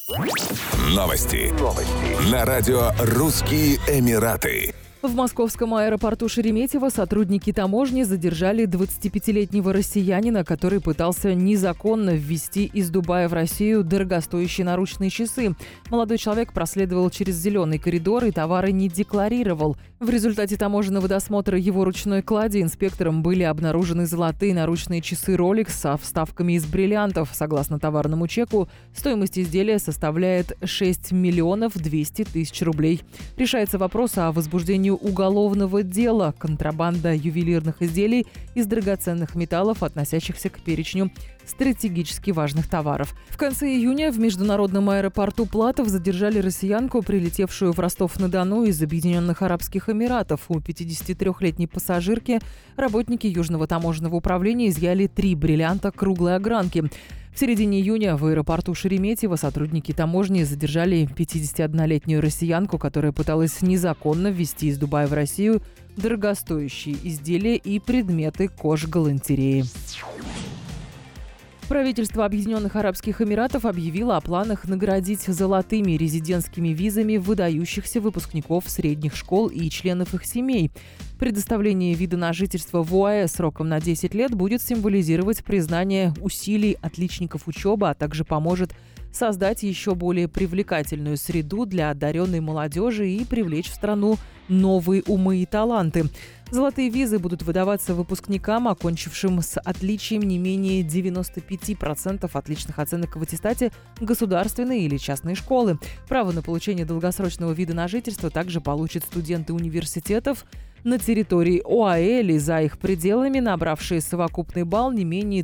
Новости. На радио «Русские Эмираты». В московском аэропорту Шереметьево сотрудники таможни задержали 25-летнего россиянина, который пытался незаконно ввезти из Дубая в Россию дорогостоящие наручные часы. Молодой человек проследовал через зеленый коридор и товары не декларировал. В результате таможенного досмотра его ручной клади инспекторам были обнаружены золотые наручные часы Rolex со вставками из бриллиантов. Согласно товарному чеку, стоимость изделия составляет 6 миллионов 200 тысяч рублей. Решается вопрос о возбуждении уголовного дела контрабанда ювелирных изделий из драгоценных металлов, относящихся к перечню стратегически важных товаров. В конце июня в международном аэропорту Платов задержали россиянку, прилетевшую в Ростов-на-Дону из Объединенных Арабских Эмиратов. У 53-летней пассажирки работники Южного таможенного управления изъяли 3 бриллианта круглой огранки. В середине июня в аэропорту Шереметьево сотрудники таможни задержали 51-летнюю россиянку, которая пыталась незаконно ввезти из Дубая в Россию дорогостоящие изделия и предметы кожгалантереи. Правительство Объединенных Арабских Эмиратов объявило о планах наградить золотыми резидентскими визами выдающихся выпускников средних школ и членов их семей. Предоставление вида на жительство в ОАЭ сроком на 10 лет будет символизировать признание усилий отличников учебы, а также поможет создать еще более привлекательную среду для одаренной молодежи и привлечь в страну новые умы и таланты. Золотые визы будут выдаваться выпускникам, окончившим с отличием не менее 95% отличных оценок в аттестате государственной или частной школы. Право на получение долгосрочного вида на жительство также получат студенты университетов на территории ОАЭ или за их пределами, набравшие совокупный балл не менее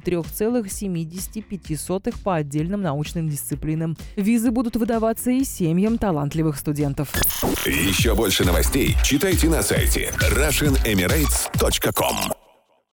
3,75 по отдельным научным дисциплинам. Визы будут выдаваться и семьям талантливых студентов. Еще больше новостей читайте на сайте RussianEmirates.com.